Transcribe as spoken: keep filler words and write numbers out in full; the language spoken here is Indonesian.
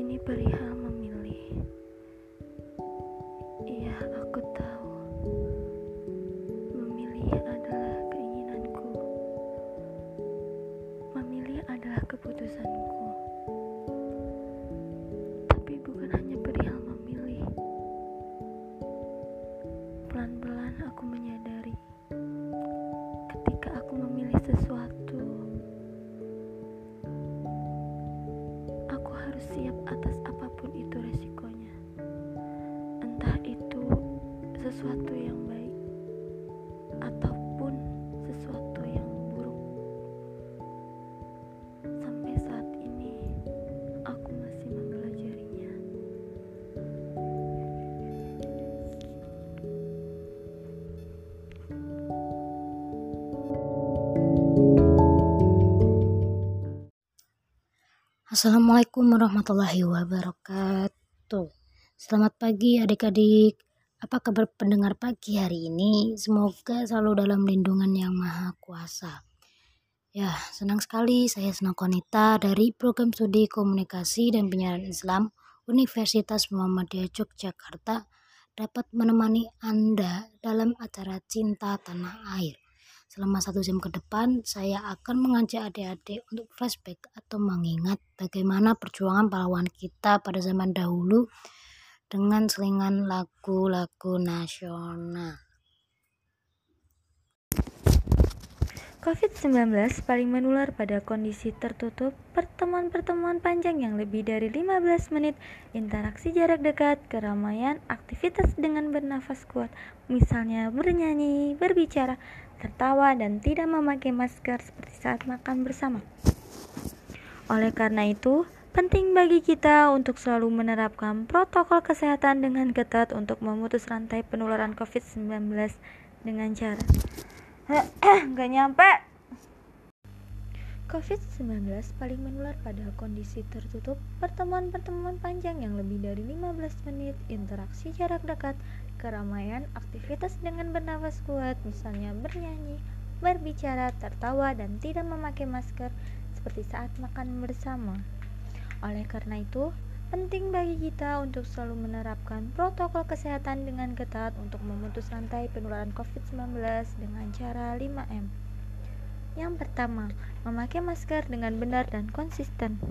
Ini perihal memilih. Iya, aku tahu. Memilih adalah keinginanku. Memilih adalah keputusanku. Tapi bukan hanya perihal memilih. Pelan-pelan aku menyadari, ketika aku memilih sesuatu, aku harus siap atas apapun itu resikonya. Entah itu sesuatu yang baik ataupun sesuatu yang buruk. Sampai saat ini aku masih mempelajarinya. Assalamualaikum warahmatullahi wabarakatuh. Selamat pagi adik-adik. Apa kabar pendengar pagi hari ini? Semoga selalu dalam lindungan yang maha kuasa. Ya, senang sekali saya Senang Konita dari Program Studi Komunikasi dan Penyiaran Islam Universitas Muhammadiyah Yogyakarta dapat menemani Anda dalam acara Cinta Tanah Air. Selama satu jam ke depan, saya akan mengajak adik-adik untuk flashback atau mengingat bagaimana perjuangan pahlawan kita pada zaman dahulu dengan selingan lagu-lagu nasional. covid sembilan belas paling menular pada kondisi tertutup, pertemuan-pertemuan panjang yang lebih dari lima belas menit, interaksi jarak dekat, keramaian, aktivitas dengan bernafas kuat, misalnya bernyanyi, berbicara, tertawa, dan tidak memakai masker seperti saat makan bersama. Oleh karena itu, penting bagi kita untuk selalu menerapkan protokol kesehatan dengan ketat untuk memutus rantai penularan covid sembilan belas dengan cara Gak nyampe. covid sembilan belas paling menular pada kondisi tertutup, pertemuan-pertemuan panjang yang lebih dari lima belas menit, interaksi jarak dekat, keramaian, aktivitas dengan bernafas kuat, misalnya bernyanyi, berbicara, tertawa, dan tidak memakai masker seperti saat makan bersama. Oleh karena itu, penting bagi kita untuk selalu menerapkan protokol kesehatan dengan ketat untuk memutus rantai penularan covid sembilan belas dengan cara lima M. Yang pertama, memakai masker dengan benar dan konsisten.